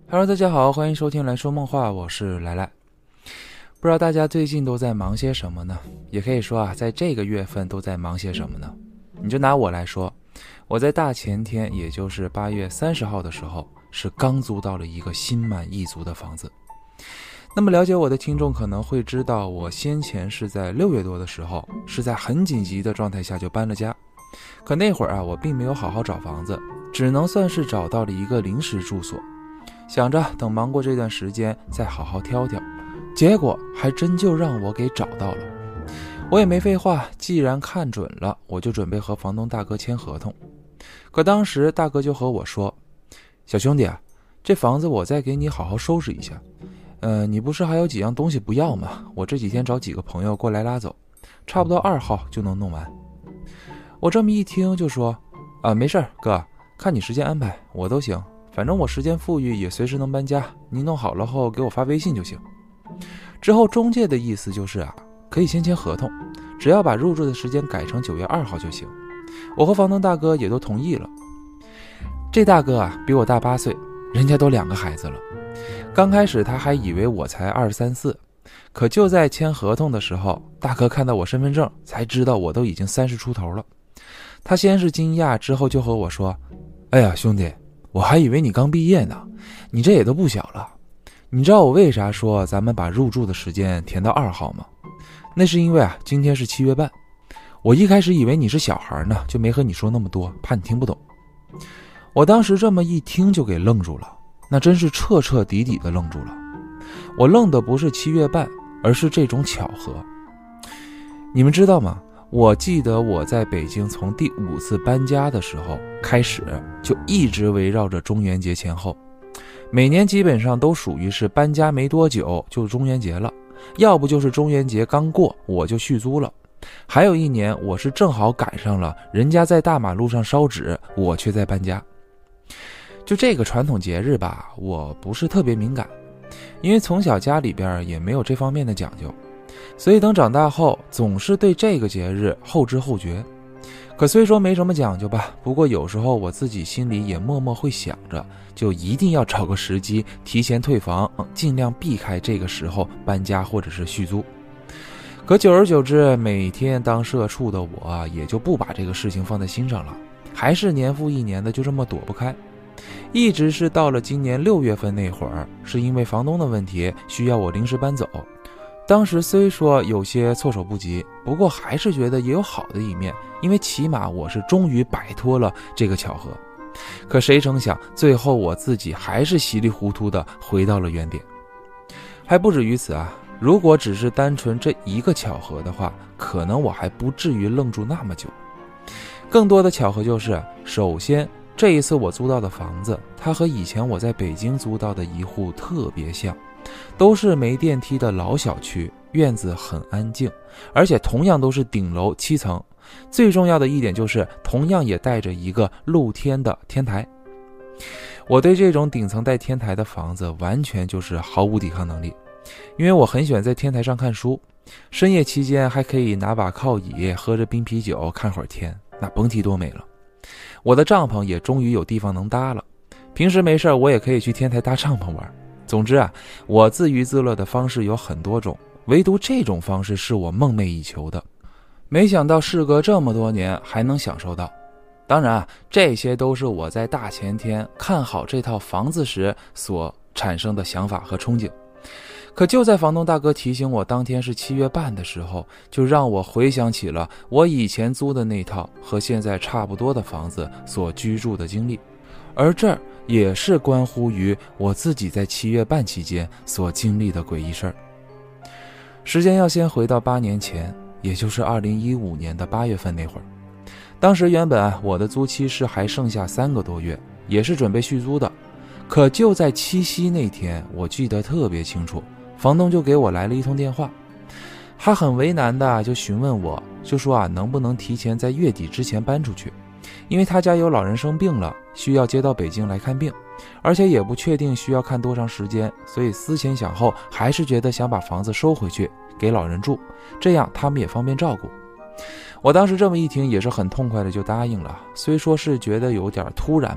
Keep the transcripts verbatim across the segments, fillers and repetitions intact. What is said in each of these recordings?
Hello， 大家好，欢迎收听来说梦话，我是来来。不知道大家最近都在忙些什么呢？也可以说啊，在这个月份都在忙些什么呢？你就拿我来说，我在大前天，也就是八月三十号的时候，是刚租到了一个心满意足的房子。那么了解我的听众可能会知道，我先前是在六月多的时候，是在很紧急的状态下就搬了家。可那会儿啊，我并没有好好找房子，只能算是找到了一个临时住所。想着等忙过这段时间再好好挑挑，结果还真就让我给找到了。我也没废话，既然看准了，我就准备和房东大哥签合同。可当时大哥就和我说，小兄弟啊，这房子我再给你好好收拾一下，呃，你不是还有几样东西不要吗？我这几天找几个朋友过来拉走，差不多二号就能弄完。我这么一听就说，啊，没事哥，看你时间安排，我都行，反正我时间富裕，也随时能搬家，你弄好了后给我发微信就行。之后中介的意思就是啊，可以先签合同，只要把入住的时间改成九月二号就行。我和房东大哥也都同意了。这大哥啊比我大八岁，人家都两个孩子了。刚开始他还以为我才二三四，可就在签合同的时候，大哥看到我身份证才知道我都已经三十出头了。他先是惊讶，之后就和我说，哎呀兄弟，我还以为你刚毕业呢，你这也都不小了。你知道我为啥说咱们把入住的时间填到二号吗？那是因为啊，今天是七月半。我一开始以为你是小孩呢，就没和你说那么多，怕你听不懂。我当时这么一听就给愣住了，那真是彻彻底底的愣住了。我愣的不是七月半，而是这种巧合。你们知道吗？我记得我在北京从第五次搬家的时候开始，就一直围绕着中元节前后，每年基本上都属于是搬家没多久就中元节了，要不就是中元节刚过我就续租了，还有一年我是正好赶上了人家在大马路上烧纸，我却在搬家。就这个传统节日吧，我不是特别敏感，因为从小家里边也没有这方面的讲究，所以等长大后总是对这个节日后知后觉。可虽说没什么讲究吧，不过有时候我自己心里也默默会想着，就一定要找个时机提前退房，尽量避开这个时候搬家或者是续租。可久而久之，每天当社畜的我也就不把这个事情放在心上了，还是年复一年的就这么躲不开。一直是到了今年六月份那会儿，是因为房东的问题需要我临时搬走。当时虽说有些措手不及，不过还是觉得也有好的一面，因为起码我是终于摆脱了这个巧合。可谁成想，最后我自己还是稀里糊涂的回到了原点。还不止于此啊，如果只是单纯这一个巧合的话，可能我还不至于愣住那么久。更多的巧合就是，首先这一次我租到的房子，它和以前我在北京租到的一户特别像，都是没电梯的老小区，院子很安静，而且同样都是顶楼七层，最重要的一点就是同样也带着一个露天的天台。我对这种顶层带天台的房子完全就是毫无抵抗能力，因为我很喜欢在天台上看书，深夜期间还可以拿把靠椅喝着冰啤酒看会儿天，那甭提多美了。我的帐篷也终于有地方能搭了，平时没事我也可以去天台搭帐篷玩。总之啊，我自娱自乐的方式有很多种，唯独这种方式是我梦寐以求的。没想到事隔这么多年还能享受到。当然啊，这些都是我在大前天看好这套房子时所产生的想法和憧憬。可就在房东大哥提醒我当天是七月半的时候，就让我回想起了我以前租的那套和现在差不多的房子所居住的经历，而这儿也是关乎于我自己在七月半期间所经历的诡异事儿。时间要先回到八年前，也就是二零一五年的八月份那会儿。当时原本啊，我的租期是还剩下三个多月，也是准备续租的。可就在七夕那天，我记得特别清楚，房东就给我来了一通电话，他很为难的就询问我，就说啊，能不能提前在月底之前搬出去，因为他家有老人生病了，需要接到北京来看病，而且也不确定需要看多长时间，所以思前想后，还是觉得想把房子收回去给老人住，这样他们也方便照顾。我当时这么一听也是很痛快的就答应了，虽说是觉得有点突然吧，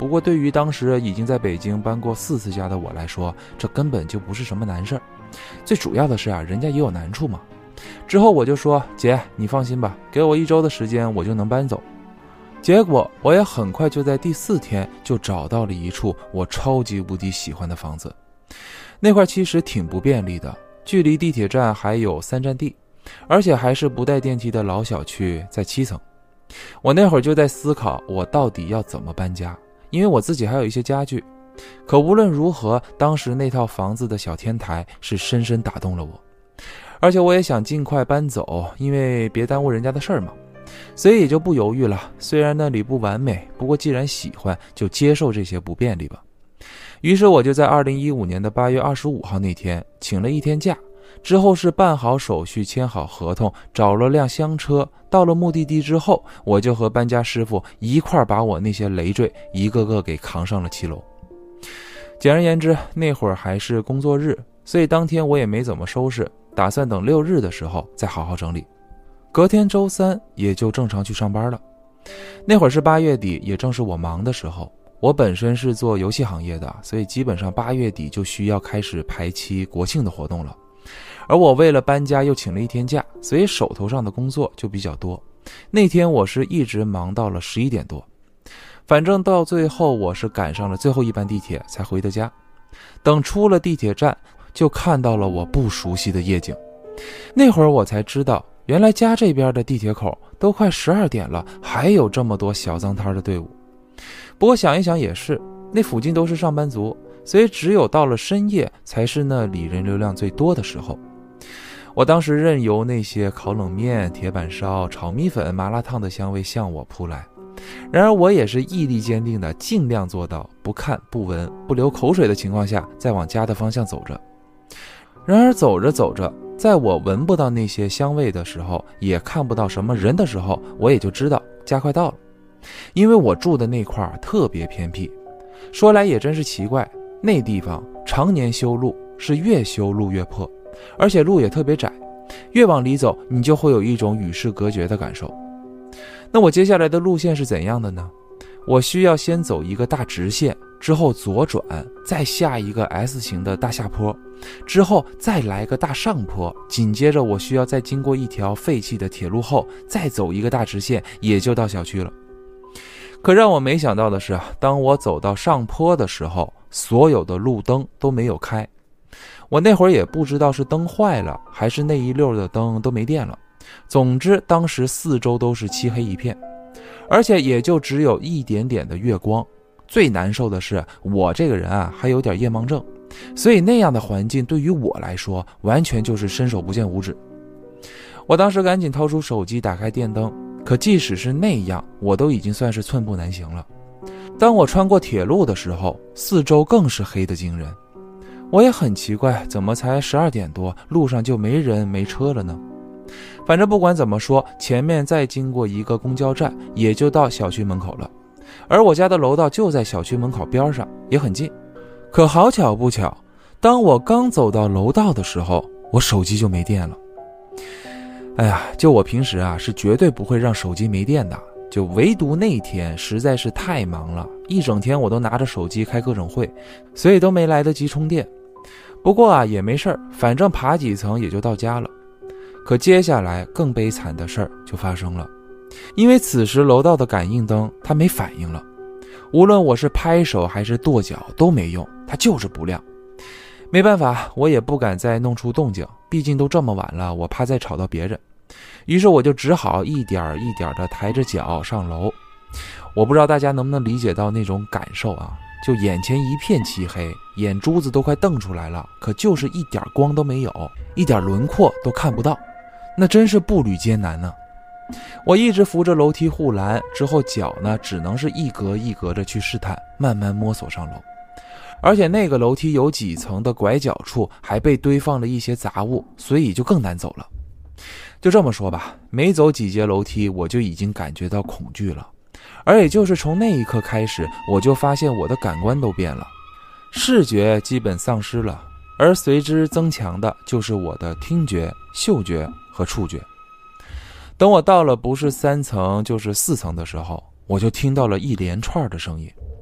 不过对于当时已经在北京搬过四次家的我来说，这根本就不是什么难事儿。最主要的是啊，人家也有难处嘛。之后我就说，姐你放心吧，给我一周的时间我就能搬走。结果我也很快就在第四天就找到了一处我超级无敌喜欢的房子。那块其实挺不便利的，距离地铁站还有三站地，而且还是不带电梯的老小区，在七层。我那会儿就在思考我到底要怎么搬家，因为我自己还有一些家具。可无论如何，当时那套房子的小天台是深深打动了我，而且我也想尽快搬走，因为别耽误人家的事儿嘛。所以也就不犹豫了，虽然那里不完美，不过既然喜欢，就接受这些不便利吧。于是我就在二零一五年的八月二十五号那天请了一天假，之后是办好手续，签好合同，找了辆厢车，到了目的地之后，我就和搬家师傅一块把我那些累赘一个个给扛上了七楼。简而言之，那会儿还是工作日，所以当天我也没怎么收拾，打算等六日的时候再好好整理。隔天周三也就正常去上班了。那会儿是八月底，也正是我忙的时候。我本身是做游戏行业的，所以基本上八月底就需要开始排期国庆的活动了。而我为了搬家又请了一天假，所以手头上的工作就比较多。那天我是一直忙到了十一点多，反正到最后我是赶上了最后一班地铁才回的家。等出了地铁站，就看到了我不熟悉的夜景。那会儿我才知道，原来家这边的地铁口都快十二点了，还有这么多小脏摊的队伍。不过想一想也是，那附近都是上班族，所以只有到了深夜才是那里人流量最多的时候。我当时任由那些烤冷面、铁板烧、炒米粉、麻辣烫的香味向我扑来，然而我也是毅力坚定的，尽量做到不看不闻不流口水的情况下再往家的方向走着。然而走着走着，在我闻不到那些香味的时候，也看不到什么人的时候，我也就知道家快到了。因为我住的那块特别偏僻，说来也真是奇怪，那地方常年修路，是越修路越破，而且路也特别窄，越往里走你就会有一种与世隔绝的感受。那我接下来的路线是怎样的呢？我需要先走一个大直线，之后左转，再下一个 S 型的大下坡，之后再来个大上坡，紧接着我需要再经过一条废弃的铁路后，再走一个大直线，也就到小区了。可让我没想到的是，当我走到上坡的时候，所有的路灯都没有开。我那会儿也不知道是灯坏了，还是那一溜的灯都没电了。总之当时四周都是漆黑一片，而且也就只有一点点的月光。最难受的是，我这个人啊还有点夜盲症，所以那样的环境对于我来说完全就是伸手不见五指。我当时赶紧掏出手机，打开电灯，可即使是那样，我都已经算是寸步难行了。当我穿过铁路的时候，四周更是黑得惊人。我也很奇怪，怎么才十二点多，路上就没人没车了呢？反正不管怎么说，前面再经过一个公交站，也就到小区门口了。而我家的楼道就在小区门口边上，也很近。可好巧不巧，当我刚走到楼道的时候，我手机就没电了。哎呀，就我平时啊是绝对不会让手机没电的，就唯独那天实在是太忙了，一整天我都拿着手机开各种会，所以都没来得及充电。不过啊也没事儿，反正爬几层也就到家了。可接下来更悲惨的事儿就发生了，因为此时楼道的感应灯它没反应了，无论我是拍手还是跺脚都没用，它就是不亮。没办法，我也不敢再弄出动静，毕竟都这么晚了，我怕再吵到别人。于是我就只好一点一点的抬着脚上楼。我不知道大家能不能理解到那种感受啊，就眼前一片漆黑，眼珠子都快瞪出来了，可就是一点光都没有，一点轮廓都看不到，那真是步履艰难呢。我一直扶着楼梯护栏，之后脚呢只能是一格一格的去试探，慢慢摸索上楼。而且那个楼梯有几层的拐角处还被堆放了一些杂物，所以就更难走了。就这么说吧，没走几节楼梯我就已经感觉到恐惧了，而也就是从那一刻开始，我就发现我的感官都变了，视觉基本丧失了，而随之增强的就是我的听觉、嗅觉和触觉。等我到了不是三层就是四层的时候，我就听到了一连串的声音。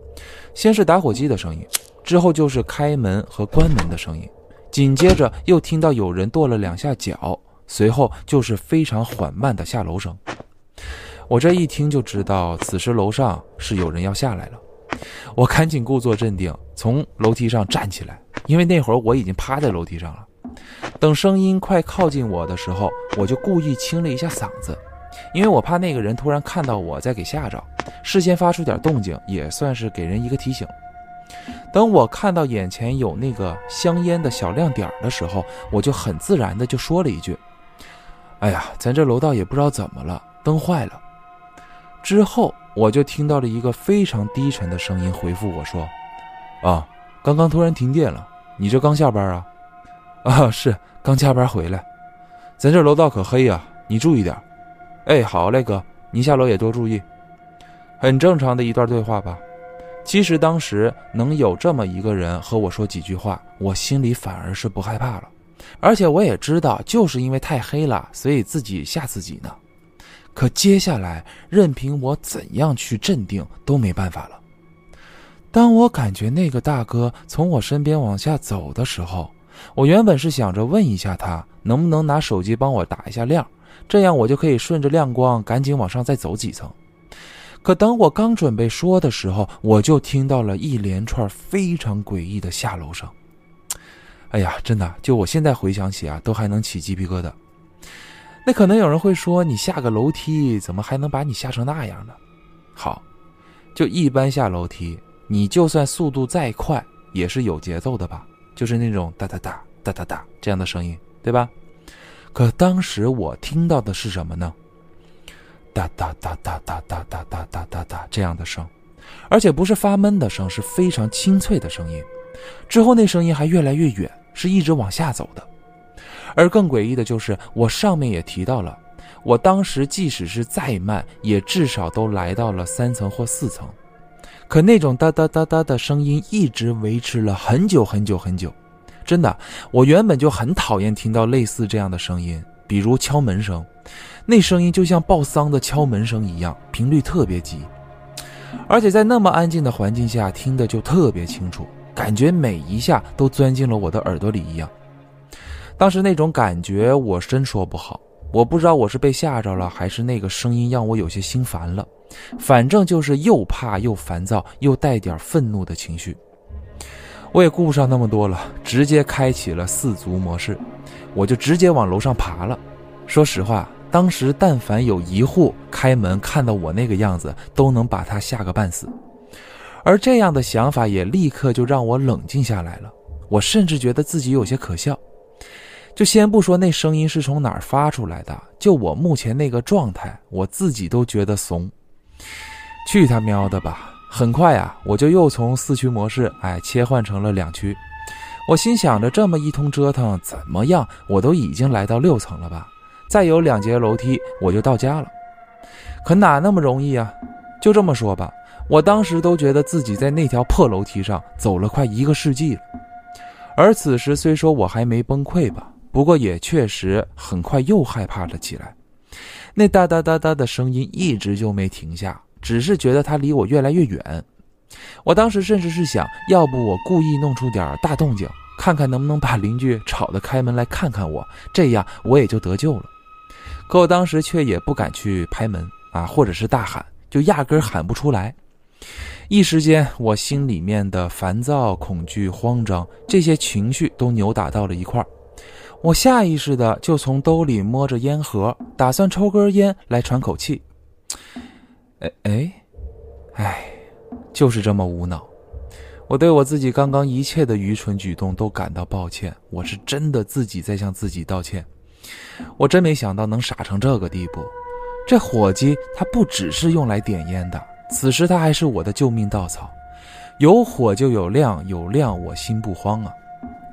先是打火机的声音，之后就是开门和关门的声音，紧接着又听到有人跺了两下脚，随后就是非常缓慢的下楼声。我这一听就知道此时楼上是有人要下来了，我赶紧故作镇定，从楼梯上站起来，因为那会儿我已经趴在楼梯上了。等声音快靠近我的时候，我就故意清了一下嗓子，因为我怕那个人突然看到我再给吓着，事先发出点动静也算是给人一个提醒。等我看到眼前有那个香烟的小亮点的时候，我就很自然的就说了一句：哎呀，咱这楼道也不知道怎么了，灯坏了。之后我就听到了一个非常低沉的声音回复我说：啊，刚刚突然停电了，你这刚下班啊？啊，是刚加班回来。咱这楼道可黑呀，你注意点。哎，好嘞哥，你下楼也多注意。很正常的一段对话吧。其实当时能有这么一个人和我说几句话，我心里反而是不害怕了，而且我也知道就是因为太黑了，所以自己吓自己呢。可接下来任凭我怎样去镇定都没办法了。当我感觉那个大哥从我身边往下走的时候，我原本是想着问一下他能不能拿手机帮我打一下亮，这样我就可以顺着亮光赶紧往上再走几层。可等我刚准备说的时候，我就听到了一连串非常诡异的下楼声。哎呀，真的，就我现在回想起啊，都还能起鸡皮疙瘩。那可能有人会说，你下个楼梯怎么还能把你吓成那样呢？好，就一般下楼梯，你就算速度再快也是有节奏的吧，就是那种哒哒哒哒哒哒这样的声音，对吧？可当时我听到的是什么呢？哒哒哒哒哒哒哒哒哒哒哒这样的声，而且不是发闷的声，是非常清脆的声音。之后那声音还越来越远，是一直往下走的。而更诡异的就是我上面也提到了，我当时即使是再慢也至少都来到了三层或四层，可那种哒哒哒哒的声音一直维持了很久很久很久。真的，我原本就很讨厌听到类似这样的声音，比如敲门声，那声音就像报丧的敲门声一样，频率特别急，而且在那么安静的环境下听得就特别清楚，感觉每一下都钻进了我的耳朵里一样。当时那种感觉我真说不好，我不知道我是被吓着了，还是那个声音让我有些心烦了，反正就是又怕又烦躁又带点愤怒的情绪。我也顾不上那么多了，直接开启了四足模式，我就直接往楼上爬了。说实话，当时但凡有一户开门看到我那个样子，都能把他吓个半死。而这样的想法也立刻就让我冷静下来了，我甚至觉得自己有些可笑。就先不说那声音是从哪儿发出来的，就我目前那个状态，我自己都觉得怂。去他喵的吧！很快啊，我就又从四驱模式哎切换成了两驱。我心想着这么一通折腾，怎么样我都已经来到六层了吧，再有两节楼梯我就到家了。可哪那么容易啊？就这么说吧，我当时都觉得自己在那条破楼梯上走了快一个世纪了。而此时虽说我还没崩溃吧，不过也确实很快又害怕了起来。那哒哒哒哒的声音一直就没停下，只是觉得它离我越来越远。我当时甚至是想，要不我故意弄出点大动静，看看能不能把邻居吵得开门来看看我，这样我也就得救了。可我当时却也不敢去拍门啊，或者是大喊，就压根喊不出来。一时间我心里面的烦躁、恐惧、慌张，这些情绪都扭打到了一块儿。我下意识的就从兜里摸着烟盒，打算抽根烟来喘口气。哎哎哎，就是这么无脑。我对我自己刚刚一切的愚蠢举动都感到抱歉，我是真的自己在向自己道歉。我真没想到能傻成这个地步。这火机它不只是用来点烟的，此时它还是我的救命稻草。有火就有亮，有亮我心不慌啊。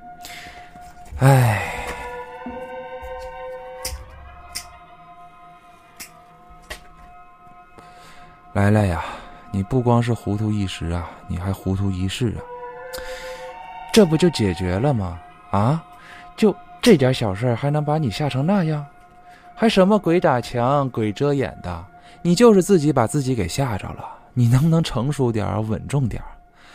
唉，来来呀，你不光是糊涂一时啊，你还糊涂一世啊。这不就解决了吗？啊，就这点小事还能把你吓成那样？还什么鬼打墙鬼遮眼的，你就是自己把自己给吓着了。你能不能成熟点稳重点？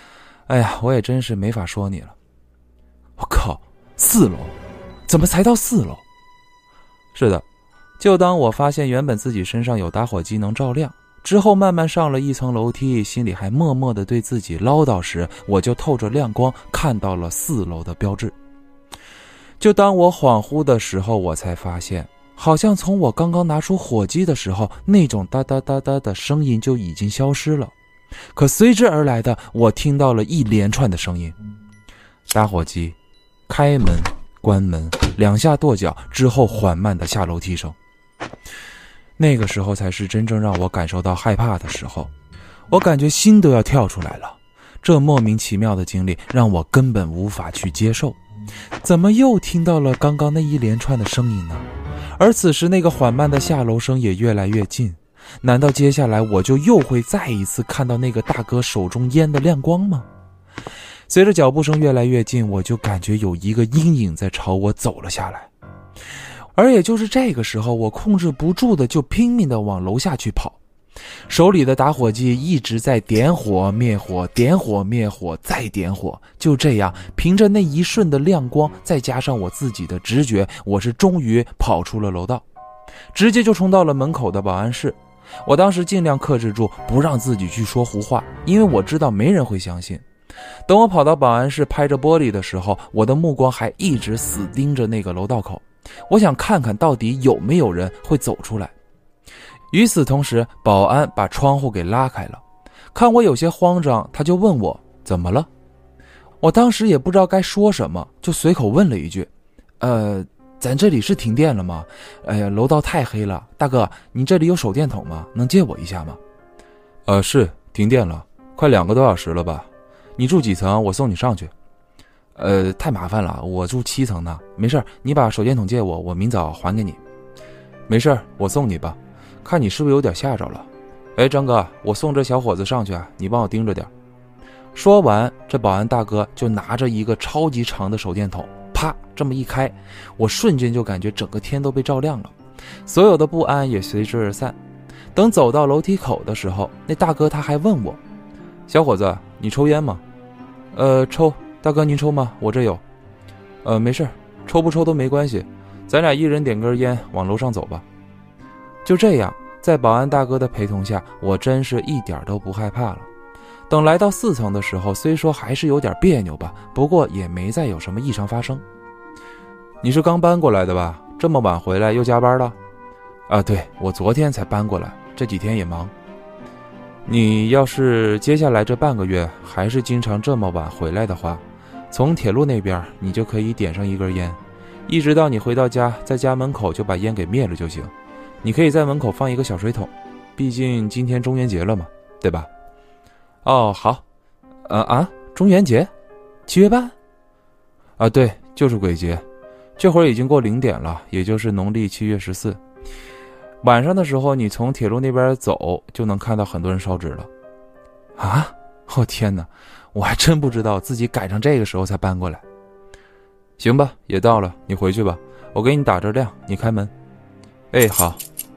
哎呀，我也真是没法说你了。我靠，四楼？怎么才到四楼？是的，就当我发现原本自己身上有打火机能照亮，之后慢慢上了一层楼梯，心里还默默地对自己唠叨时，我就透着亮光看到了四楼的标志。就当我恍惚的时候，我才发现好像从我刚刚拿出火机的时候，那种哒哒哒哒的声音就已经消失了。可随之而来的，我听到了一连串的声音：打火机、开门、关门、两下跺脚之后缓慢的下楼梯声。那个时候才是真正让我感受到害怕的时候，我感觉心都要跳出来了。这莫名其妙的经历让我根本无法去接受。怎么又听到了刚刚那一连串的声音呢？而此时那个缓慢的下楼声也越来越近，难道接下来我就又会再一次看到那个大哥手中烟的亮光吗？随着脚步声越来越近，我就感觉有一个阴影在朝我走了下来。而也就是这个时候，我控制不住的就拼命的往楼下去跑，手里的打火机一直在点火灭火，点火灭火，再点火。就这样，凭着那一瞬的亮光，再加上我自己的直觉，我是终于跑出了楼道，直接就冲到了门口的保安室。我当时尽量克制住不让自己去说胡话，因为我知道没人会相信。等我跑到保安室拍着玻璃的时候，我的目光还一直死盯着那个楼道口，我想看看到底有没有人会走出来。与此同时，保安把窗户给拉开了，看我有些慌张，他就问我怎么了。我当时也不知道该说什么，就随口问了一句：呃咱这里是停电了吗？哎呀，楼道太黑了，大哥你这里有手电筒吗？能借我一下吗？呃是停电了，快两个多小时了吧。你住几层？我送你上去。呃太麻烦了，我住七层呢。没事，你把手电筒借我，我明早还给你。没事，我送你吧。看你是不是有点吓着了。哎，张哥，我送这小伙子上去啊，你帮我盯着点。说完，这保安大哥就拿着一个超级长的手电筒，啪这么一开，我瞬间就感觉整个天都被照亮了，所有的不安也随之而散。等走到楼梯口的时候，那大哥他还问我：小伙子，你抽烟吗？呃抽。大哥您抽吗？我这有。呃没事，抽不抽都没关系，咱俩一人点根烟往楼上走吧。就这样，在保安大哥的陪同下，我真是一点都不害怕了。等来到四层的时候，虽说还是有点别扭吧，不过也没再有什么异常发生。你是刚搬过来的吧？这么晚回来又加班了？啊对，我昨天才搬过来，这几天也忙。你要是接下来这半个月还是经常这么晚回来的话，从铁路那边你就可以点上一根烟，一直到你回到家，在家门口就把烟给灭了就行。你可以在门口放一个小水桶，毕竟今天中元节了嘛，对吧？哦好。呃啊中元节？七月半？啊对，就是鬼节。这会儿已经过零点了，也就是农历七月十四。晚上的时候你从铁路那边走，就能看到很多人烧纸了。啊？哦天哪，我还真不知道自己赶上这个时候才搬过来。行吧，也到了，你回去吧，我给你打着亮，你开门。哎好。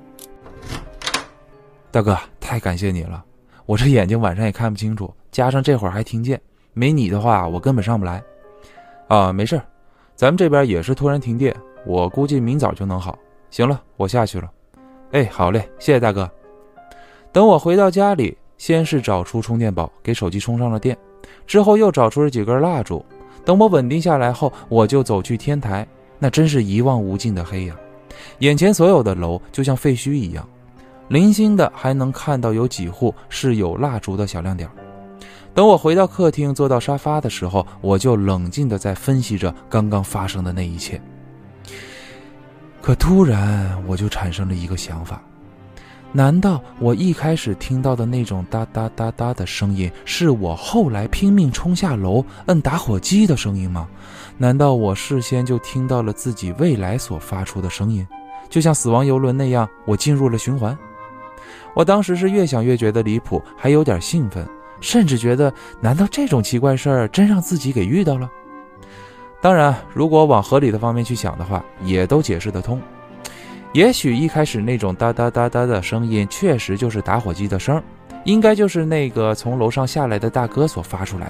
大哥，太感谢你了，我这眼睛晚上也看不清楚，加上这会儿还停电，没你的话我根本上不来。啊没事，咱们这边也是突然停电，我估计明早就能好。行了，我下去了。哎好嘞，谢谢大哥。等我回到家里，先是找出充电宝给手机充上了电，之后又找出了几根蜡烛。等我稳定下来后，我就走去天台，那真是一望无尽的黑呀，眼前所有的楼就像废墟一样，零星的还能看到有几户是有蜡烛的小亮点。等我回到客厅坐到沙发的时候，我就冷静地在分析着刚刚发生的那一切。可突然我就产生了一个想法，难道我一开始听到的那种哒哒哒哒的声音是我后来拼命冲下楼摁打火机的声音吗？难道我事先就听到了自己未来所发出的声音，就像死亡游轮那样，我进入了循环？我当时是越想越觉得离谱，还有点兴奋，甚至觉得难道这种奇怪事儿真让自己给遇到了？当然如果往合理的方面去想的话，也都解释得通。也许一开始那种哒哒哒哒的声音确实就是打火机的声，应该就是那个从楼上下来的大哥所发出来的。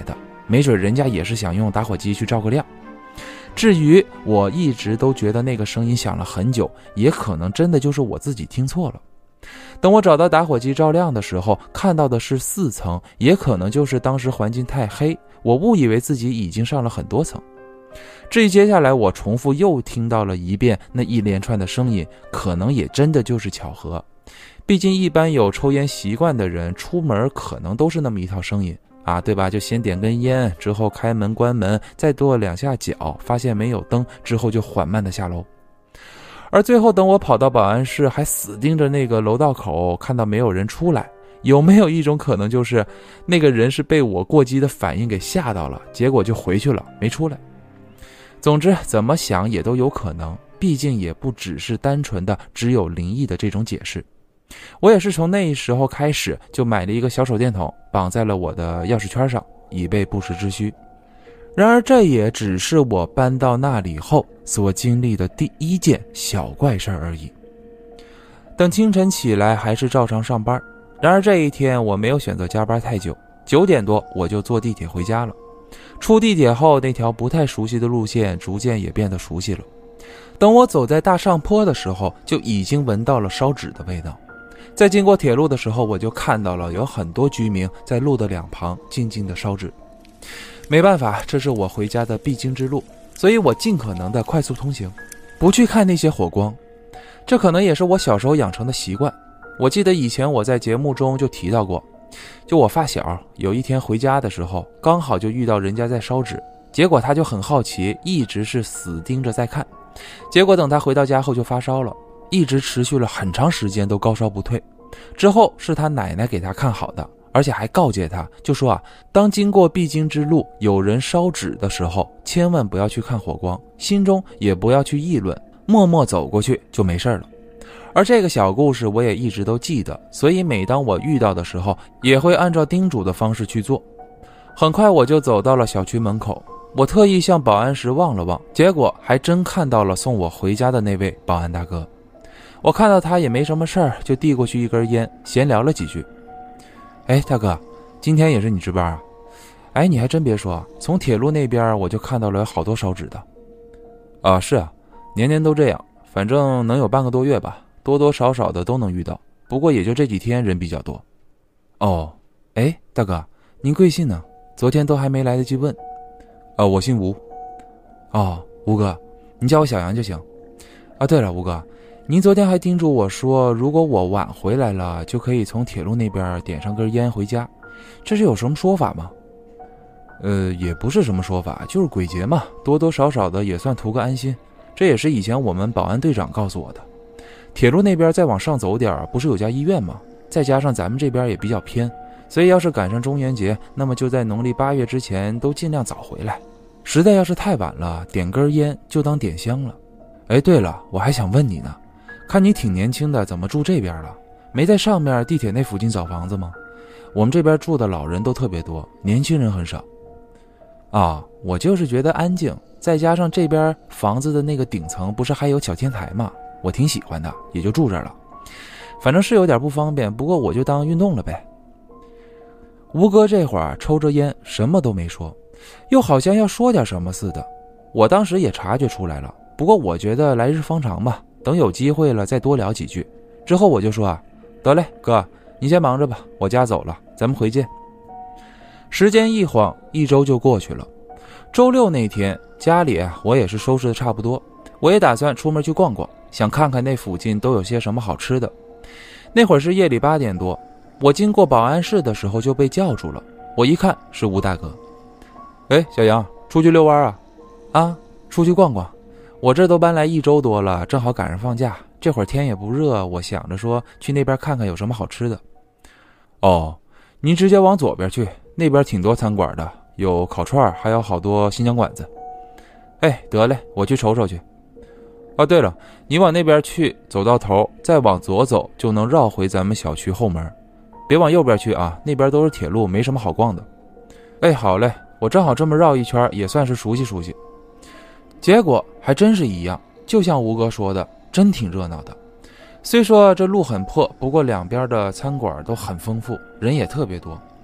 没准人家也是想用打火机去照个亮。至于我一直都觉得那个声音响了很久，也可能真的就是我自己听错了。等我找到打火机照亮的时候，看到的是四层，也可能就是当时环境太黑，我误以为自己已经上了很多层。至于接下来我重复又听到了一遍那一连串的声音，可能也真的就是巧合。毕竟一般有抽烟习惯的人出门可能都是那么一套声音啊，对吧？就先点根烟，之后开门关门，再跺两下脚，发现没有灯之后就缓慢的下楼。而最后等我跑到保安室，还死盯着那个楼道口，看到没有人出来，有没有一种可能就是那个人是被我过激的反应给吓到了，结果就回去了，没出来。总之怎么想也都有可能，毕竟也不只是单纯的只有灵异的这种解释。我也是从那时候开始就买了一个小手电筒，绑在了我的钥匙圈上，以备不时之需。然而这也只是我搬到那里后所经历的第一件小怪事而已。等清晨起来还是照常上班，然而这一天我没有选择加班太久，九点多我就坐地铁回家了。出地铁后，那条不太熟悉的路线逐渐也变得熟悉了。等我走在大上坡的时候，就已经闻到了烧纸的味道。在经过铁路的时候，我就看到了有很多居民在路的两旁静静的烧纸。没办法，这是我回家的必经之路，所以我尽可能的快速通行，不去看那些火光。这可能也是我小时候养成的习惯。我记得以前我在节目中就提到过，就我发小有一天回家的时候，刚好就遇到人家在烧纸，结果他就很好奇，一直是死盯着在看。结果等他回到家后就发烧了，一直持续了很长时间都高烧不退。之后是他奶奶给他看好的，而且还告诫他，就说啊，当经过必经之路有人烧纸的时候，千万不要去看火光，心中也不要去议论，默默走过去就没事了。而这个小故事我也一直都记得，所以每当我遇到的时候，也会按照叮嘱的方式去做。很快我就走到了小区门口，我特意向保安室望了望，结果还真看到了送我回家的那位保安大哥。我看到他也没什么事儿，就递过去一根烟，闲聊了几句。哎，大哥，今天也是你值班啊？哎，你还真别说，从铁路那边我就看到了有好多烧纸的。啊，是啊，年年都这样，反正能有半个多月吧，多多少少的都能遇到，不过也就这几天人比较多。哦，哎，大哥，您贵姓呢？昨天都还没来得及问。啊，我姓吴。哦，吴哥，你叫我小杨就行。啊，对了，吴哥，您昨天还叮嘱我说，如果我晚回来了，就可以从铁路那边点上根烟回家，这是有什么说法吗？呃，也不是什么说法，就是鬼节嘛，多多少少的也算图个安心。这也是以前我们保安队长告诉我的。铁路那边再往上走点，不是有家医院吗？再加上咱们这边也比较偏，所以要是赶上中元节，那么就在农历八月之前都尽量早回来。实在要是太晚了，点根烟就当点香了。哎，对了，我还想问你呢，看你挺年轻的，怎么住这边了？没在上面地铁那附近找房子吗？我们这边住的老人都特别多，年轻人很少。啊，我就是觉得安静，再加上这边房子的那个顶层不是还有小天台吗？我挺喜欢的，也就住这儿了。反正是有点不方便，不过我就当运动了呗。吴哥这会儿抽着烟，什么都没说，又好像要说点什么似的。我当时也察觉出来了，不过我觉得来日方长吧，等有机会了再多聊几句。之后我就说啊，得嘞，哥，你先忙着吧，我家走了，咱们回见。时间一晃，一周就过去了。周六那天，家里啊，我也是收拾的差不多，我也打算出门去逛逛，想看看那附近都有些什么好吃的。那会儿是夜里八点多，我经过保安室的时候就被叫住了。我一看是吴大哥。哎，小杨，出去遛弯啊？啊，出去逛逛。我这都搬来一周多了，正好赶上放假，这会儿天也不热，我想着说去那边看看有什么好吃的。哦，您直接往左边去，那边挺多餐馆的，有烤串，还有好多新疆馆子。哎，得嘞，我去瞅瞅去。啊，对了，你往那边去，走到头再往左走就能绕回咱们小区后门，别往右边去啊，那边都是铁路，没什么好逛的。哎，好嘞，我正好这么绕一圈，也算是熟悉熟悉。结果还真是一样，就像吴哥说的，真挺热闹的。虽说这路很破，不过两边的餐馆都很丰富，人也特别多。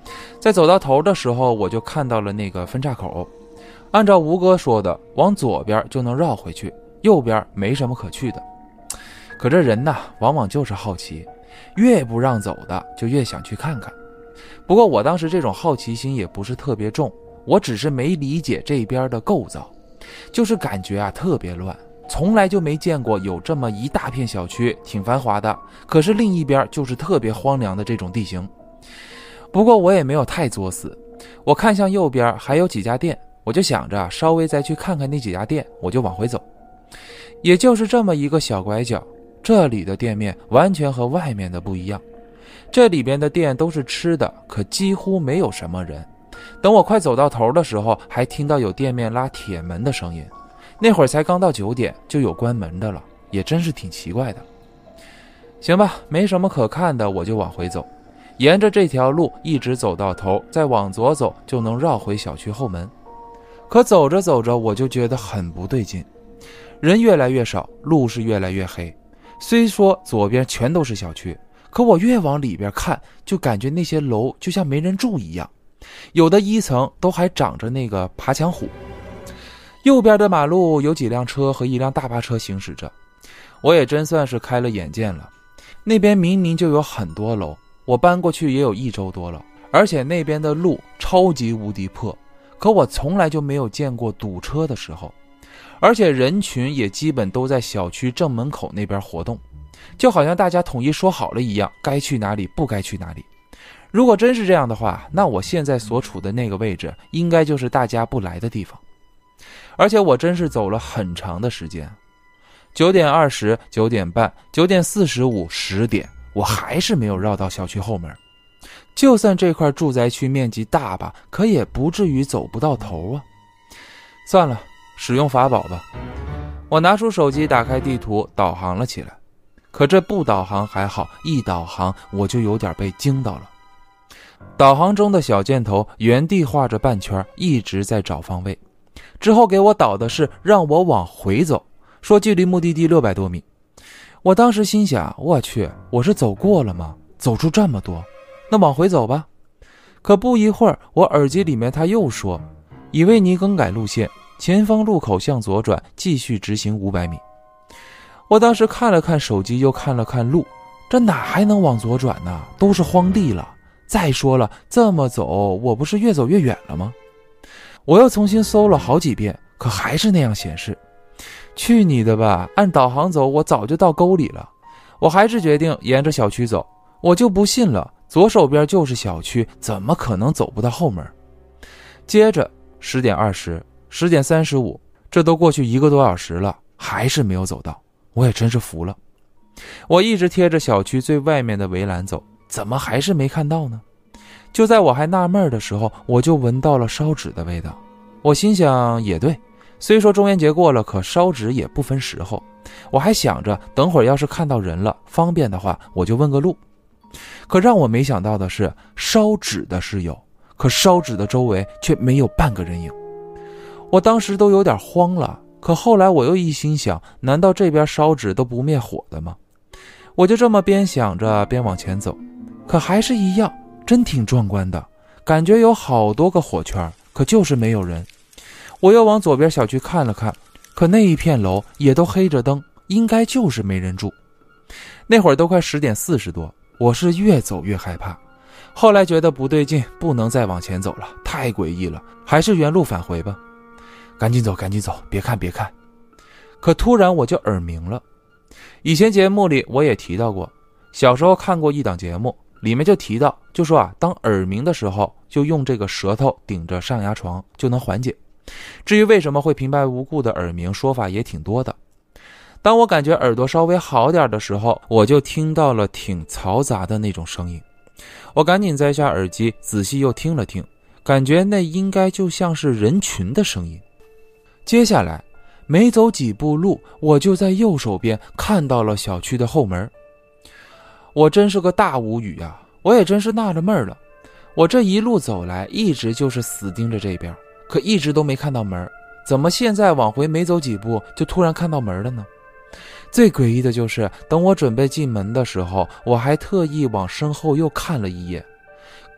在走到头的时候，我就看到了那个分岔口。按照吴哥说的，往左边就能绕回去，右边没什么可去的。可这人呐，往往就是好奇，越不让走的就越想去看看。不过我当时这种好奇心也不是特别重，我只是没理解这边的构造，就是感觉啊特别乱，从来就没见过有这么一大片小区，挺繁华的，可是另一边就是特别荒凉的这种地形。不过我也没有太作死，我看向右边还有几家店，我就想着稍微再去看看那几家店，我就往回走。也就是这么一个小拐角，这里的店面完全和外面的不一样。这里边的店都是吃的，可几乎没有什么人。等我快走到头的时候，还听到有店面拉铁门的声音。那会儿才刚到九点，就有关门的了，也真是挺奇怪的。行吧，没什么可看的，我就往回走。沿着这条路一直走到头，再往左走就能绕回小区后门。可走着走着，我就觉得很不对劲，人越来越少，路是越来越黑。虽说左边全都是小区，可我越往里边看，就感觉那些楼就像没人住一样，有的一层都还长着那个爬墙虎。右边的马路有几辆车和一辆大巴车行驶着，我也真算是开了眼界了。那边明明就有很多楼，我搬过去也有一周多了，而且那边的路超级无敌破，可我从来就没有见过堵车的时候，而且人群也基本都在小区正门口那边活动，就好像大家统一说好了一样，该去哪里不该去哪里。如果真是这样的话，那我现在所处的那个位置应该就是大家不来的地方。而且我真是走了很长的时间，九点二十、九点半、九点四十五、十点，我还是没有绕到小区后门。就算这块住宅区面积大吧，可也不至于走不到头啊。算了，使用法宝吧。我拿出手机，打开地图，导航了起来。可这不导航还好，一导航我就有点被惊到了。导航中的小箭头原地画着半圈，一直在找方位。之后给我导的是让我往回走，说距离目的地六百多米。我当时心想，我去，我是走过了吗？走出这么多，那往回走吧。可不一会儿，我耳机里面他又说，已为你更改路线，前方路口向左转，继续直行五百米。我当时看了看手机，又看了看路，这哪还能往左转呢？都是荒地了。再说了，这么走，我不是越走越远了吗？我又重新搜了好几遍，可还是那样显示。去你的吧，按导航走，我早就到沟里了。我还是决定沿着小区走，我就不信了，左手边就是小区，怎么可能走不到后门？接着十点二十、十点三十五，这都过去一个多小时了，还是没有走到，我也真是服了。我一直贴着小区最外面的围栏走，怎么还是没看到呢？就在我还纳闷的时候，我就闻到了烧纸的味道。我心想也对，虽说中元节过了，可烧纸也不分时候。我还想着等会儿要是看到人了，方便的话我就问个路。可让我没想到的是，烧纸的是有，可烧纸的周围却没有半个人影。我当时都有点慌了，可后来我又一心想，难道这边烧纸都不灭火的吗？我就这么边想着边往前走，可还是一样，真挺壮观的，感觉有好多个火圈，可就是没有人。我又往左边小区看了看，可那一片楼也都黑着灯，应该就是没人住。那会儿都快十点四十多，我是越走越害怕。后来觉得不对劲，不能再往前走了，太诡异了，还是原路返回吧。赶紧走赶紧走，别看别看。可突然我就耳鸣了。以前节目里我也提到过，小时候看过一档节目，里面就提到，就说啊，当耳鸣的时候，就用这个舌头顶着上牙床就能缓解。至于为什么会平白无故的耳鸣，说法也挺多的。当我感觉耳朵稍微好点的时候，我就听到了挺嘈杂的那种声音。我赶紧摘下耳机，仔细又听了听，感觉那应该就像是人群的声音。接下来没走几步路，我就在右手边看到了小区的后门。我真是个大无语啊，我也真是纳了闷了。我这一路走来，一直就是死盯着这边，可一直都没看到门，怎么现在往回没走几步，就突然看到门了呢？最诡异的就是，等我准备进门的时候，我还特意往身后又看了一眼，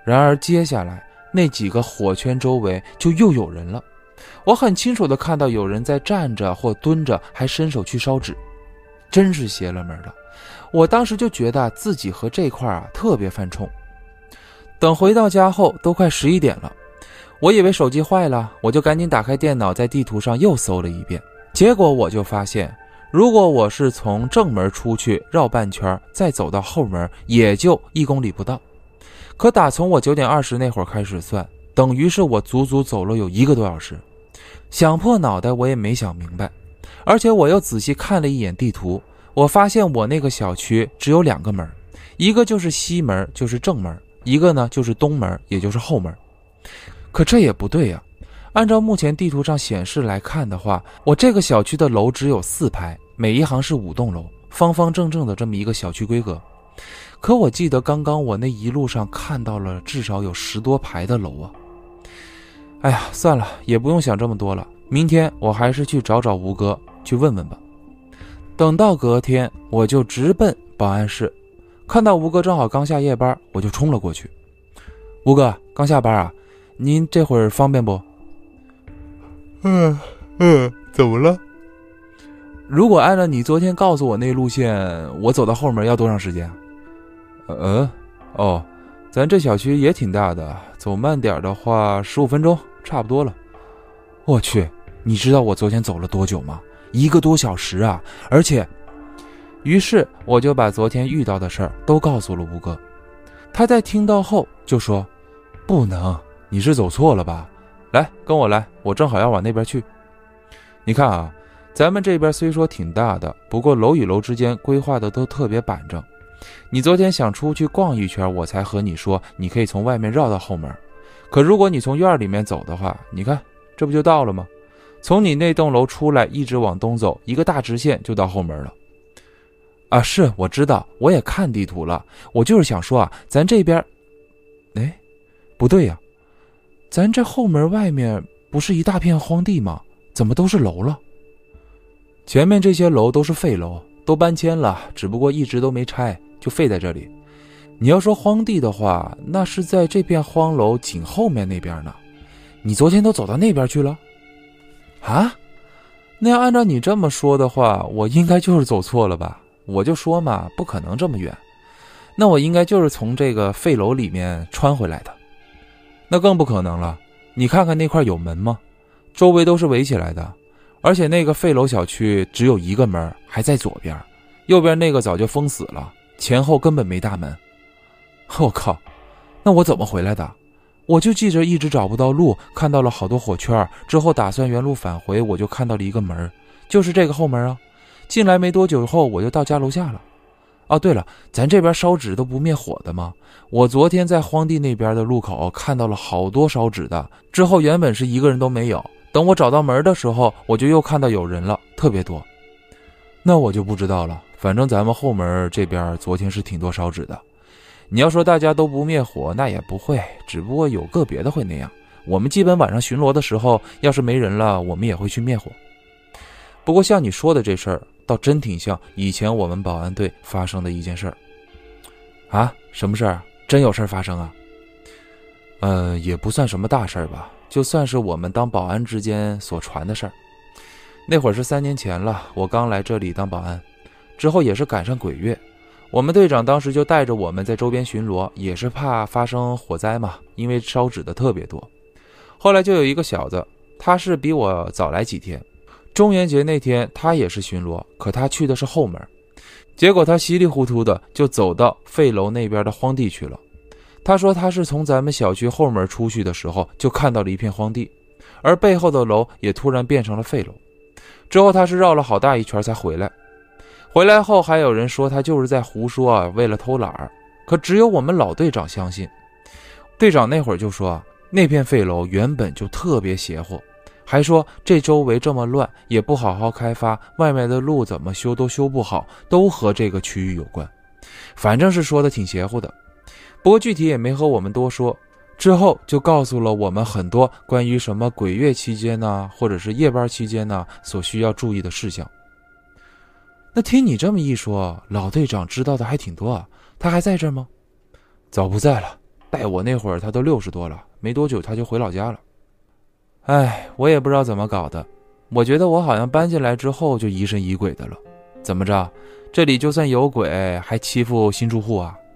然而接下来那几个火圈周围就又有人了，我很清楚地看到有人在站着或蹲着，还伸手去烧纸，真是邪了门的。我当时就觉得自己和这块啊特别犯冲。等回到家后都快十一点了，我以为手机坏了，我就赶紧打开电脑，在地图上又搜了一遍。结果我就发现，如果我是从正门出去绕半圈，再走到后门，也就一公里不到。可打从我九点二十那会儿开始算，等于是我足足走了有一个多小时。想破脑袋我也没想明白，而且我又仔细看了一眼地图，我发现我那个小区只有两个门，一个就是西门，就是正门，一个呢就是东门，也就是后门。可这也不对呀、啊，按照目前地图上显示来看的话，我这个小区的楼只有四排，每一行是五栋楼，方方正正的这么一个小区规格。可我记得刚刚我那一路上看到了至少有十多排的楼啊。哎呀，算了，也不用想这么多了，明天我还是去找找吴哥，去问问吧。等到隔天，我就直奔保安室，看到吴哥正好刚下夜班，我就冲了过去。吴哥，刚下班啊？您这会儿方便不？ 嗯嗯，怎么了？ 如果按照你昨天告诉我那路线，我走到后门要多长时间？呃，哦，咱这小区也挺大的，走慢点的话十五分钟差不多了。我去，你知道我昨天走了多久吗？一个多小时啊！而且，于是我就把昨天遇到的事儿都告诉了吴哥。他在听到后就说：“不能，你是走错了吧？来，跟我来，我正好要往那边去。你看啊，咱们这边虽说挺大的，不过楼与楼之间规划的都特别板正。你昨天想出去逛一圈，我才和你说你可以从外面绕到后门。可如果你从院里面走的话，你看这不就到了吗？从你那栋楼出来，一直往东走，一个大直线就到后门了。啊，是，我知道，我也看地图了，我就是想说啊，咱这边，哎，不对呀、啊，咱这后门外面不是一大片荒地吗？怎么都是楼了？前面这些楼都是废楼，都搬迁了，只不过一直都没拆，就废在这里。你要说荒地的话，那是在这片荒楼紧后面那边呢。你昨天都走到那边去了？啊？那要按照你这么说的话，我应该就是走错了吧？我就说嘛，不可能这么远。那我应该就是从这个废楼里面穿回来的。那更不可能了，你看看那块有门吗？周围都是围起来的，而且那个废楼小区只有一个门，还在左边，右边那个早就封死了，前后根本没大门。我靠，那我怎么回来的？我就记着一直找不到路，看到了好多火圈，之后打算原路返回，我就看到了一个门，就是这个后门啊。进来没多久后，我就到家楼下了。哦，对了，咱这边烧纸都不灭火的吗？我昨天在荒地那边的路口看到了好多烧纸的，之后原本是一个人都没有，等我找到门的时候，我就又看到有人了，特别多。那我就不知道了，反正咱们后门这边昨天是挺多烧纸的。你要说大家都不灭火，那也不会，只不过有个别的会那样。我们基本晚上巡逻的时候，要是没人了，我们也会去灭火。不过像你说的这事儿，倒真挺像以前我们保安队发生的一件事儿。啊？什么事儿？真有事儿发生啊？呃，也不算什么大事儿吧，就算是我们当保安之间所传的事儿。那会儿是三年前了，我刚来这里当保安，之后也是赶上鬼月。我们队长当时就带着我们在周边巡逻，也是怕发生火灾嘛，因为烧纸的特别多。后来就有一个小子，他是比我早来几天，中元节那天他也是巡逻，可他去的是后门，结果他稀里糊涂的就走到废楼那边的荒地去了。他说他是从咱们小区后门出去的时候就看到了一片荒地，而背后的楼也突然变成了废楼。之后他是绕了好大一圈才回来，回来后还有人说他就是在胡说啊，为了偷懒儿。可只有我们老队长相信。队长那会儿就说啊，那片废楼原本就特别邪乎，还说这周围这么乱，也不好好开发，外面的路怎么修都修不好，都和这个区域有关。反正是说的挺邪乎的，不过具体也没和我们多说。之后就告诉了我们很多关于什么鬼月期间呢，或者是夜班期间呢所需要注意的事项。那听你这么一说，老队长知道的还挺多啊，他还在这儿吗？早不在了， 带我那会儿他都六十多了，没多久他就回老家了。哎，我也不知道怎么搞的，我觉得我好像搬进来之后就疑神疑鬼的了。怎么着，这里就算有鬼还欺负新住户啊？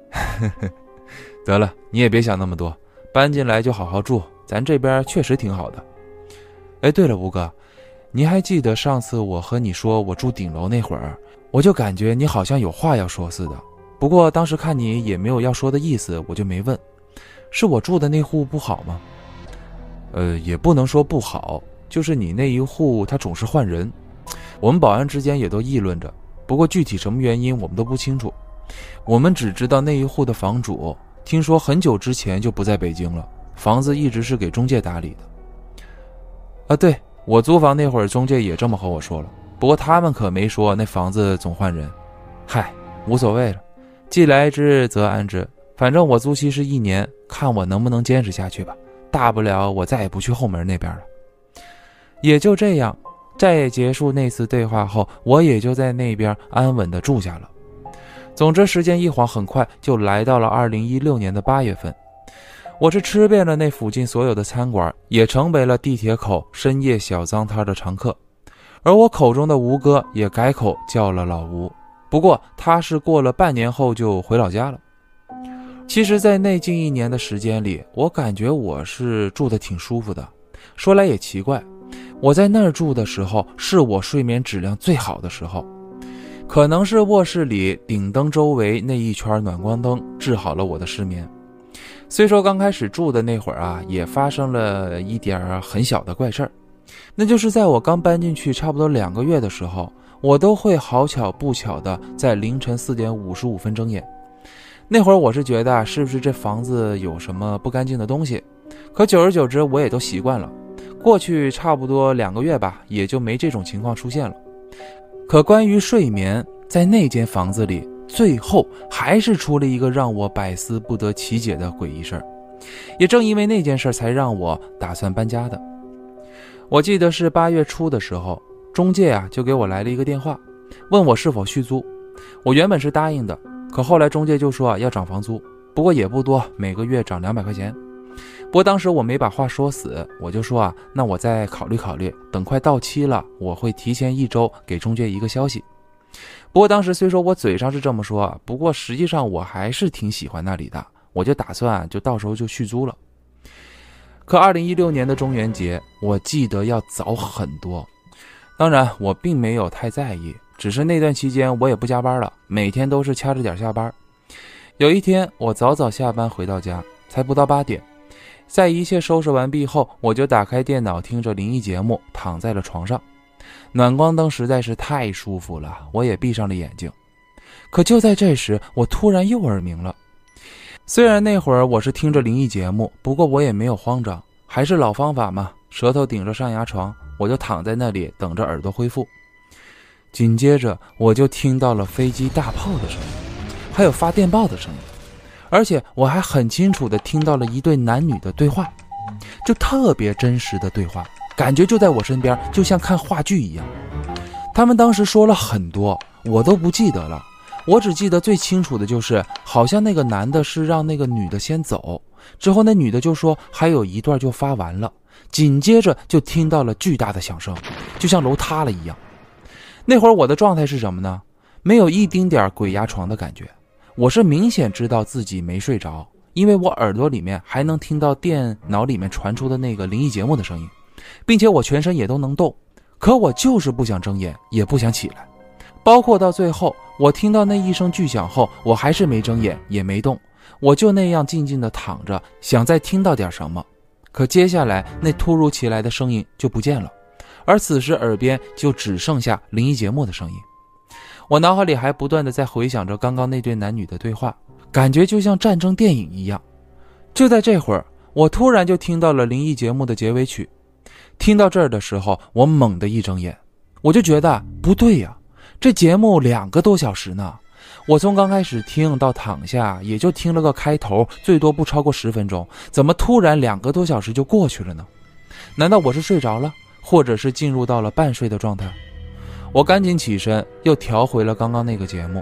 得了，你也别想那么多，搬进来就好好住，咱这边确实挺好的。哎，对了，吴哥，你还记得上次我和你说我住顶楼那会儿，我就感觉你好像有话要说似的，不过当时看你也没有要说的意思，我就没问。是我住的那户不好吗？呃，也不能说不好，就是你那一户他总是换人，我们保安之间也都议论着，不过具体什么原因我们都不清楚。我们只知道那一户的房主听说很久之前就不在北京了，房子一直是给中介打理的。啊，对，我租房那会儿中介也这么和我说了，不过他们可没说那房子总换人。嗨，无所谓了，既来之则安之，反正我租期是一年，看我能不能坚持下去吧，大不了我再也不去后门那边了。也就这样，在结束那次对话后，我也就在那边安稳地住下了。总之时间一晃，很快就来到了二零一六年的八月份。我是吃遍了那附近所有的餐馆，也成为了地铁口深夜小脏摊的常客。而我口中的吴哥也改口叫了老吴，不过他是过了半年后就回老家了。其实在那近一年的时间里，我感觉我是住得挺舒服的。说来也奇怪，我在那儿住的时候是我睡眠质量最好的时候，可能是卧室里顶灯周围那一圈暖光灯治好了我的失眠。虽说刚开始住的那会儿啊，也发生了一点很小的怪事儿，那就是在我刚搬进去差不多两个月的时候，我都会好巧不巧的在凌晨四点五十五分睁眼。那会儿我是觉得是不是这房子有什么不干净的东西，可久而久之我也都习惯了，过去差不多两个月吧，也就没这种情况出现了。可关于睡眠，在那间房子里最后还是出了一个让我百思不得其解的诡异事儿，也正因为那件事才让我打算搬家的。我记得是八月初的时候，中介啊就给我来了一个电话，问我是否续租。我原本是答应的，可后来中介就说啊要涨房租，不过也不多，每个月涨两百块钱。不过当时我没把话说死，我就说啊那我再考虑考虑，等快到期了我会提前一周给中介一个消息。不过当时虽说我嘴上是这么说，不过实际上我还是挺喜欢那里的，我就打算就到时候就续租了。可二零一六年的中元节，我记得要早很多，当然我并没有太在意，只是那段期间我也不加班了，每天都是掐着点下班。有一天我早早下班回到家，才不到八点，在一切收拾完毕后，我就打开电脑听着灵异节目，躺在了床上。暖光灯实在是太舒服了，我也闭上了眼睛。可就在这时，我突然又耳鸣了。虽然那会儿我是听着灵异节目，不过我也没有慌张，还是老方法嘛，舌头顶着上牙床，我就躺在那里等着耳朵恢复。紧接着我就听到了飞机大炮的声音，还有发电报的声音，而且我还很清楚地听到了一对男女的对话，就特别真实的对话，感觉就在我身边，就像看话剧一样。他们当时说了很多，我都不记得了，我只记得最清楚的就是好像那个男的是让那个女的先走，之后那女的就说还有一段就发完了，紧接着就听到了巨大的响声，就像楼塌了一样。那会儿我的状态是什么呢？没有一丁点鬼压床的感觉，我是明显知道自己没睡着，因为我耳朵里面还能听到电脑里面传出的那个灵异节目的声音，并且我全身也都能动，可我就是不想睁眼，也不想起来。包括到最后我听到那一声巨响后，我还是没睁眼也没动，我就那样静静地躺着，想再听到点什么。可接下来那突如其来的声音就不见了，而此时耳边就只剩下灵异节目的声音。我脑海里还不断地在回想着刚刚那对男女的对话，感觉就像战争电影一样。就在这会儿，我突然就听到了灵异节目的结尾曲。听到这儿的时候，我猛地一睁眼，我就觉得不对呀，这节目两个多小时呢，我从刚开始听到躺下也就听了个开头，最多不超过十分钟，怎么突然两个多小时就过去了呢？难道我是睡着了，或者是进入到了半睡的状态？我赶紧起身，又调回了刚刚那个节目，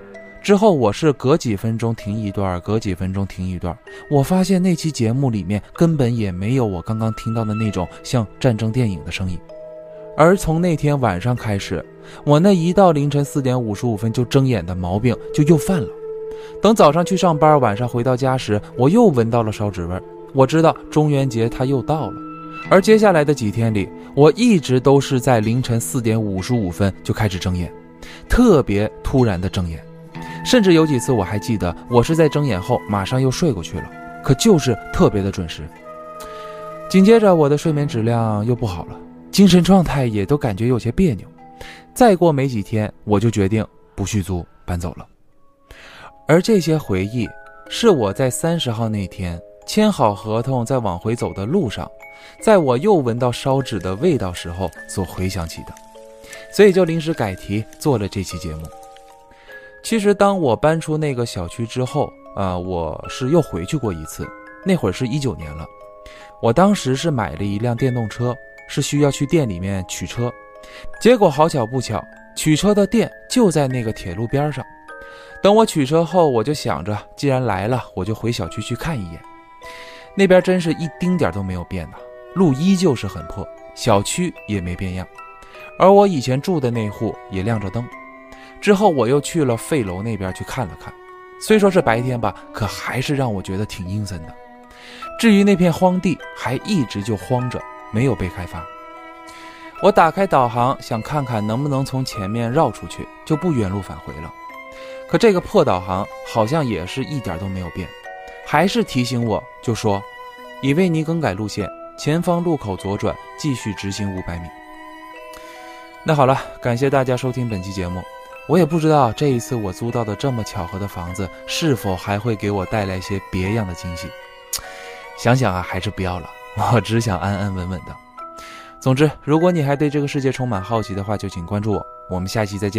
之后我是隔几分钟停一段，隔几分钟停一段，我发现那期节目里面根本也没有我刚刚听到的那种像战争电影的声音。而从那天晚上开始，我那一到凌晨四点五十五分就睁眼的毛病就又犯了。等早上去上班，晚上回到家时，我又闻到了烧纸味，我知道中元节它又到了。而接下来的几天里，我一直都是在凌晨四点五十五分就开始睁眼，特别突然的睁眼，甚至有几次我还记得我是在睁眼后马上又睡过去了，可就是特别的准时。紧接着我的睡眠质量又不好了，精神状态也都感觉有些别扭。再过没几天，我就决定不续租搬走了。而这些回忆是我在三十号那天签好合同在往回走的路上，在我又闻到烧纸的味道时候所回想起的，所以就临时改题做了这期节目。其实当我搬出那个小区之后呃，我是又回去过一次，那会儿是一九年了。我当时是买了一辆电动车，是需要去店里面取车，结果好巧不巧，取车的店就在那个铁路边上。等我取车后，我就想着既然来了，我就回小区去看一眼。那边真是一丁点都没有变的，路依旧是很破，小区也没变样，而我以前住的那户也亮着灯。之后我又去了废楼那边去看了看，虽说是白天吧，可还是让我觉得挺阴森的。至于那片荒地还一直就荒着，没有被开发。我打开导航想看看能不能从前面绕出去，就不原路返回了。可这个破导航好像也是一点都没有变，还是提醒我，就说已为你更改路线，前方路口左转，继续直行五百米。那好了，感谢大家收听本期节目。我也不知道这一次我租到的这么巧合的房子是否还会给我带来些别样的惊喜。想想啊，还是不要了，我只想安安稳稳的。总之，如果你还对这个世界充满好奇的话，就请关注我，我们下期再见。